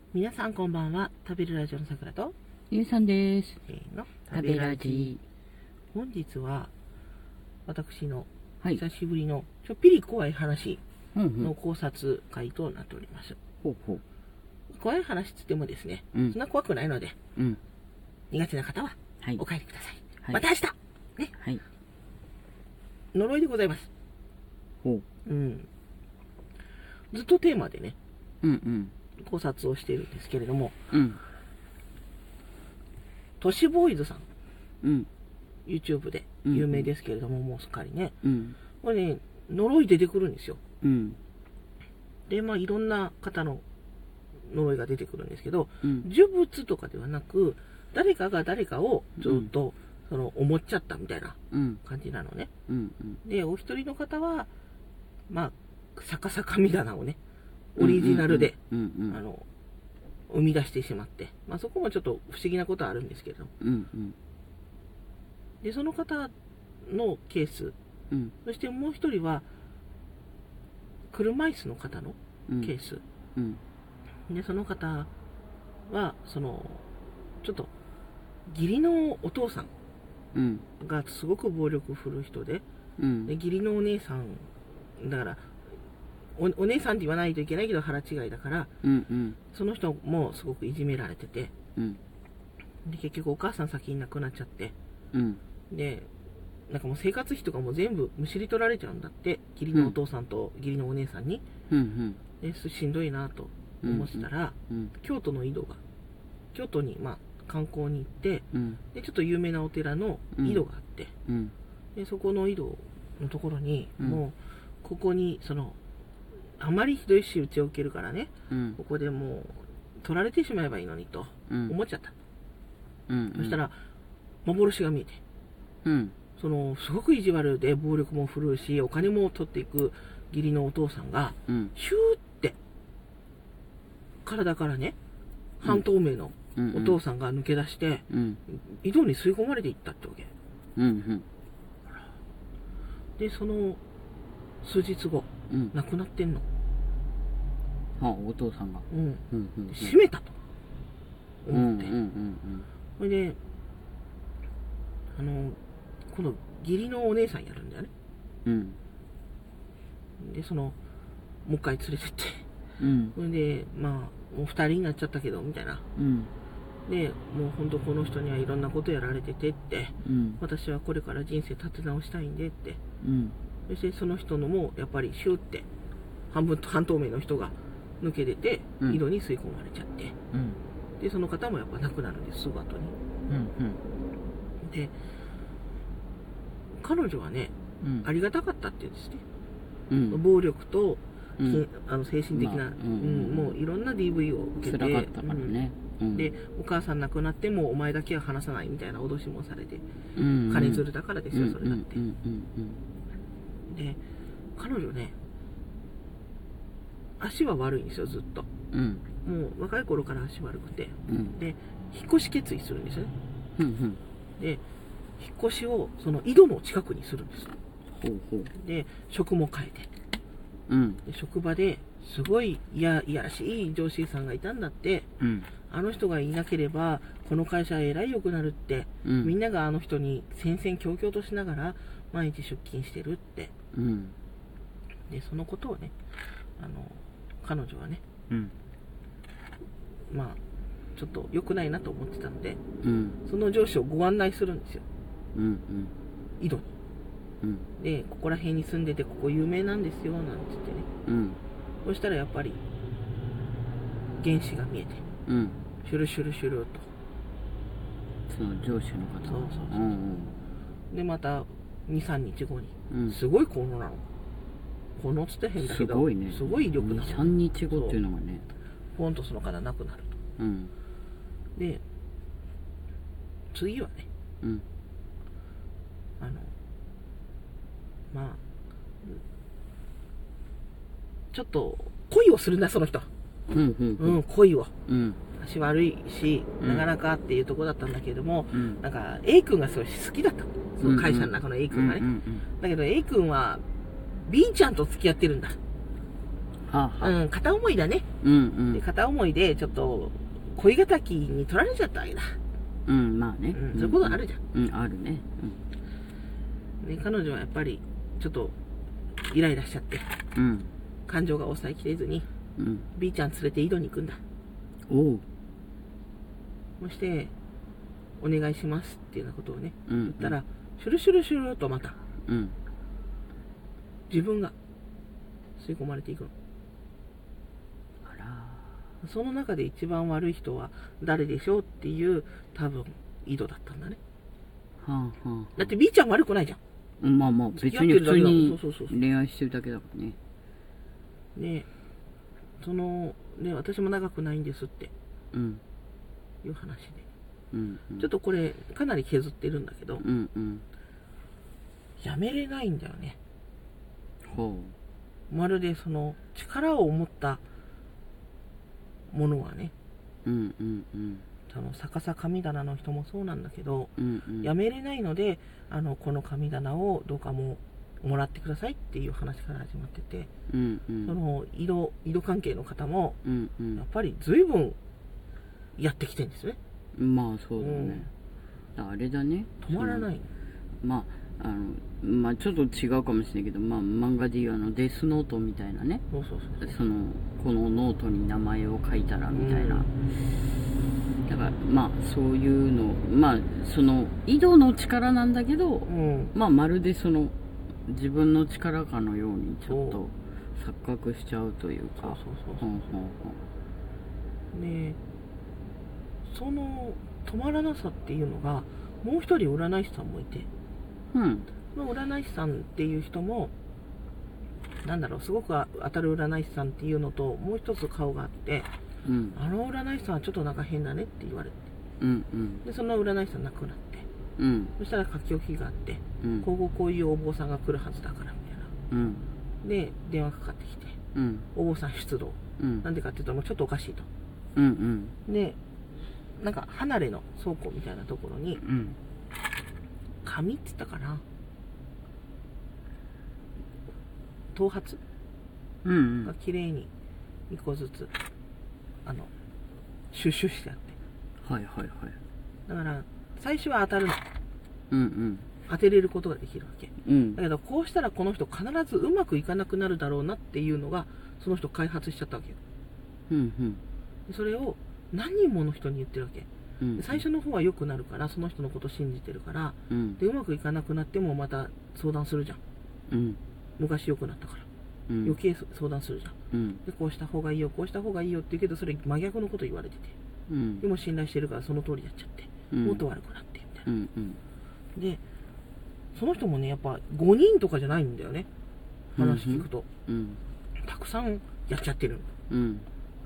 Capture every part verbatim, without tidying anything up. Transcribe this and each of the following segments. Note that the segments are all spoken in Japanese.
皆さんこんばんは。食べるラジオのさくらとゆうさんです。 せーの食べラジ。 本日は私のはい。 久しぶりのちょっぴり怖い話うんうん。 の考察会となっております。 ほうほう。 怖い話つってもですね、 うんそんな怖くないのでうん。 苦手な方ははい。 お帰りください。 はいまた明日ね、 はい。 呪いでございます。 ほう。 うん。ずっとテーマでねうんうん。 考察をしているんですけれども、 うん。 都市ボーイズさんうん。 YouTube で有名ですけれども、もうすっかりね、 うん。 これね呪い出てくるんですよ。 うん。 でまあいろんな方の呪いが出てくるんですけど、 うん。 呪物とかではなく誰かが誰かをずっと、その思っちゃったみたいなうん。 感じなのね。 うん。 でお一人の方はまあ逆さ神棚をねオリジナルで、 うんうん。 あの生み出してしまって、まあ、そこもちょっと不思議なことはあるんですけれど、 うんうん。 でその方のケース、 うん。 そしてもう一人は車椅子の方のケース、 うん。 でその方はそのちょっと義理のお父さんうん。 がすごく暴力を振るう人で、 うん。 で義理のお姉さんだからお、お姉さんって言わないといけないけど腹違いだから、 うんうん。 その人もすごくいじめられてて、 うん。 で結局お母さん先に亡くなっちゃって、 うん。 でなんかもう生活費とかも全部むしり取られちゃうんだって、義理のお父さんと義理のお姉さんに。 うんでしんどいなと思ってたら、 うん。うん。 京都の井戸が京都にまあ観光に行って、 うん。 でちょっと有名なお寺の井戸があって、 うん。 でそこの井戸のところに、 うんもうここにそのあまりひどい仕打ちを受けるからね、 うん。 ここでもう取られてしまえばいいのにとうん。 思っちゃった、 うん。 そしたら幻が見えて、 うん。 そのすごく意地悪で暴力も振るうしお金も取っていく義理のお父さんが、 うん。 シューって体からね半透明のお父さんが抜け出して、 うん。 井戸に吸い込まれていったってわけうん。 で、その数日後、 うん。 亡くなってんの。 あ、お父さんが。 うん。 うんうん。 閉めたと思って。 うんうんそれで、あの、今度、義理のお姉さんやるんだよね。 うん。うん。 で、その、もう一回連れてって。 うん。 それで、まあ、もう二人になっちゃったけど、みたいな。 うん。 で、もう本当この人にはいろんなことやられててって、 うん。 私はこれから人生立て直したいんでって。 うん。 そしてその人のも、やっぱりシューって、半分、半透明の人が抜け出て、 うん井戸に吸い込まれちゃって。 うん。 で、その方もやっぱ亡くなるんです、すぐ後に。 うん。 で、彼女はね、 うん。 ありがたかったって言うんですね。 うん。 暴力と、 うん。 あの精神的な、 まあううんんもういろんな ディーブイ を受けて、 辛かったからね。 うんで、お母さん亡くなってもお前だけは話さないみたいな脅しもされて、 うん。 金づるだからですよ、それだって。 うんうんで、彼女ね、足は悪いんですよ、ずっと。 うん。うん。 もう若い頃から足悪くて。 うん。 で、引っ越し決意するんですよね。 うんうん。 で、引っ越しをその井戸の近くにするんです。 ほうほう。 で、職も変えて。 うん。 で職場ですごいいやいやらしい上司さんがいたんだって、 うん。 あの人がいなければこの会社はえらい良くなるって、 うん。 みんながあの人に戦々恐々としながら毎日出勤してるって。 うん。 でそのことをね、あの彼女はね、 うん。 まあちょっと良くないなと思ってたので、 うん。 その上司をご案内するんですよ、 うん。うん。 井戸に。 うん。 でここら辺に住んでてここ有名なんですよなんて言ってね。 うん。 そしたらやっぱり原子が見えて、 うん。 シュルシュルシュルと。 その上司の方。 そうそうそううんでまたに、さんにちごに、 うん。 すごい効能なの。効能つって変だけど、 すごいね。 すごい威力なの。 に、さんにちごっていうのがね。 ポンとその方なくなると。 うん。 で、次はね、 うん。 あの、まあ、ちょっと恋をするんだ、その人。 うんうんうん、恋を。 うん。 足悪いし、 うんなかなかっていうところだったんだけれども、 うん。 なんか A 君がすごい好きだったの。その会社の中の A 君がね。 うんうんだけど A 君は B ちゃんと付き合ってるんだ。 はあはあ、 うん、片思いだね。 うんうんで片思いでちょっと恋敵に取られちゃったわけだ。 うんまあね、 うん、そういうことあるじゃん。 うん、うん、あるね。 で彼女はやっぱりちょっとイライラしちゃってうん感情が抑えきれずに、 うん、 B ちゃん連れて井戸に行くんだ。 おう、 そしてお願いしますっていうようなことをね、 うん、 言ったらシュルシュルシュルとまたうん自分が吸い込まれていくの。 あら、 その中で一番悪い人は誰でしょうっていう多分井戸だったんだね。 はあはあ、 だって B ちゃん悪くないじゃん。 まあまあ別に普通に恋愛してるだけだからね。 ね、そのね、私も長くないんですってうんいう話で、 うんうん、 ちょっとこれかなり削ってるんだけど、 うんうん、 やめれないんだよね。 ほまるでその力を持ったものはね、 う、うんうんうんその逆さ神棚の人もそうなんだけど、 うんうん、 やめれないので、あのこの神棚をどうかもうもらってくださいっていう話から始まってて、 うんうん、 その井戸井戸関係の方も、 うんうん、 やっぱり随分やってきてるんですね。 まあそうだね、うん、あれだね、 止まらない。 まああのまあちょっと違うかもしれないけど、まあ漫画でいうあのデスノートみたいなね、 そうそうそうそう、 そのこのノートに名前を書いたらみたいな、うん、だからまあそういうの、まあその井戸の力なんだけど、うん、まあまるでその自分の力かのようにちょっと錯覚しちゃうというか、そうそうそうそう、 うん、でその止まらなさっていうのがもう一人占い師さんもいて、うん、その占い師さんっていう人もなんだろう、すごく当たる占い師さんっていうのともう一つ顔があって、うん、あの占い師さんはちょっとなんか変だねって言われて、うんうん、でその占い師さん亡くなって、うん、そしたら書き置きがあって、うん、今後こういうお坊さんが来るはずだからみたいな、うん、で電話かかってきて、うん、お坊さん出動、うん、なんでかっていうともうちょっとおかしいと、うんうん、でなんか離れの倉庫みたいなところに、うん、紙って言ったかな、頭髪、うんうん、が綺麗にいっこずつあの収集してあって、はいはいはい、だから最初は当たるの、うんうん、当てれることができるわけ、うん、だけどこうしたらこの人必ずうまくいかなくなるだろうなっていうのがその人開発しちゃったわけよ、うんうん、それを何人もの人に言ってるわけ、うん、最初の方は良くなるからその人のことを信じてるから、うん、でうまくいかなくなってもまた相談するじゃん、うん、昔良くなったから、うん、余計相談するじゃん、うん、でこうした方がいいよこうした方がいいよって言うけどそれ真逆のこと言われてて、うん、でも信頼してるからその通りやっちゃって、うん、もっと悪くなってみたいな、うんうん、でその人もねやっぱごにんとかじゃないんだよね、話聞くと、うん、たくさんやっちゃってる、うん、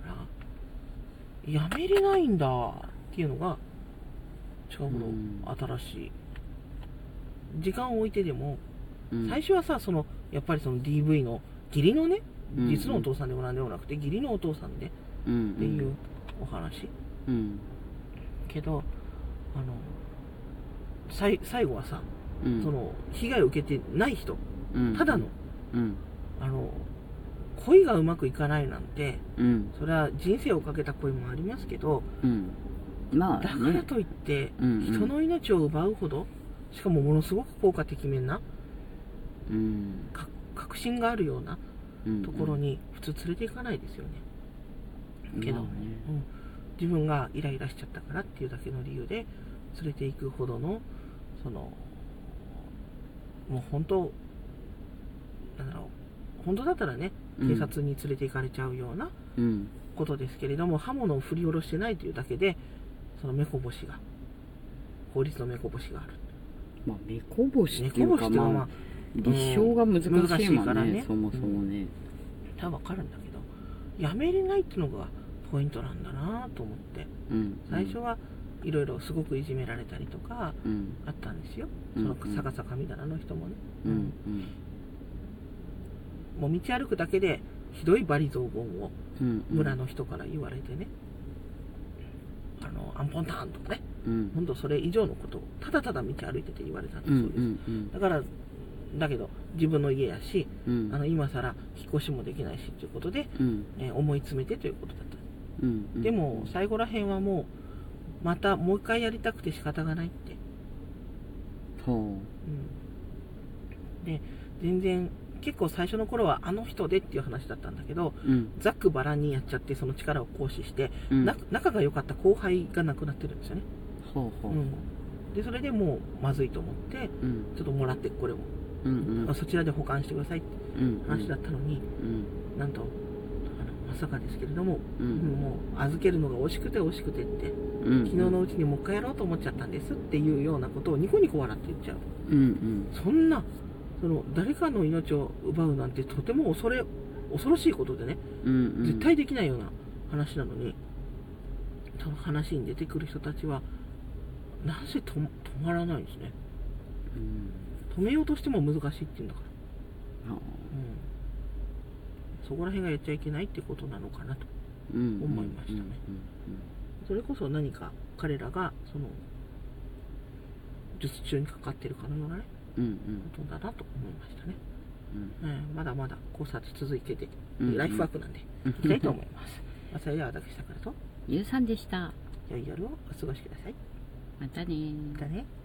やめれないんだっていうのが近頃新しい、時間を置いてでも、うん、最初はさそのやっぱりその ディーブイ の義理のね、うんうん、実のお父さんでもなんでもなくて義理のお父さんで、うんうん、っていうお話、うん、けどあの最後はさ、うん、その被害を受けてない人、うん、ただの、うん、あの恋がうまくいかないなんて、うん、それは人生をかけた恋もありますけど、うんまあね、だからといって、うんうん、人の命を奪うほどしかもものすごく効果的面な、うん、確信があるようなところに普通連れていかないですよね、うんうん、けど、まあねうん、自分がイライラしちゃったからっていうだけの理由で連れていくほどのそのもう本当なんだろう本当だったらね警察に連れて行かれちゃうようなことですけれども、うん、刃物を振り下ろしてないというだけでその目こぼしが法律の目こぼしがある、まあ、目こぼしっていうか、まあまあ、立証が難しいもんね、難しいからねそもそもね、うん、多分分かるんだけどやめれないっていうのがポイントなんだなと思って、うん、最初はいろいろすごくいじめられたりとかあったんですよ、うん、その逆さ神棚の人もね、うんうんうんもう道歩くだけでひどい罵詈雑言を村の人から言われてね、うんうん、あのアンポンタンとかね、うん、ほんとそれ以上のことをただただ道歩いてて言われたんだそうです、うんうんうん、だからだけど自分の家やし、 うん、 あの今更引っ越しもできないしということで、 うん、 えー、思い詰めてということだった、 うんうん、 でも最後らへんはもうまたもう一回やりたくて仕方がないって、 ほう、うん、 で全然結構最初の頃はあの人でっていう話だったんだけど、 うん、 ざっくばらんにやっちゃってその力を行使して、うん、仲が良かった後輩が亡くなってるんですよね。 ほうほう、うん、 でそれでもうまずいと思って、うん、ちょっともらってこれも、うんうん、そちらで保管してくださいって話だったのに、うん、なんとあのまさかですけれども、うん、もう預けるのが惜しくて惜しくてって、うん、昨日のうちにもう一回やろうと思っちゃったんですっていうようなことをニコニコ笑って言っちゃう、うんうん、そんなその誰かの命を奪うなんてとても恐れ恐ろしいことでね、うんうん、絶対できないような話なのに、その話に出てくる人たちはなぜと止まらないんですね、うん、止めようとしても難しいっていうんだから、うん、そこら辺がやっちゃいけないってことなのかなと思いましたね。それこそ何か彼らがその術中にかかってるかのようなね、うんうん、ことだなと思いましたね、うんえー、まだまだ考察続いてて、うんうん、ライフワークなんでいきたいと思います、まあ、それでは私だからとゆうさんでした。 良い夜をお過ごしください。 またねまたね。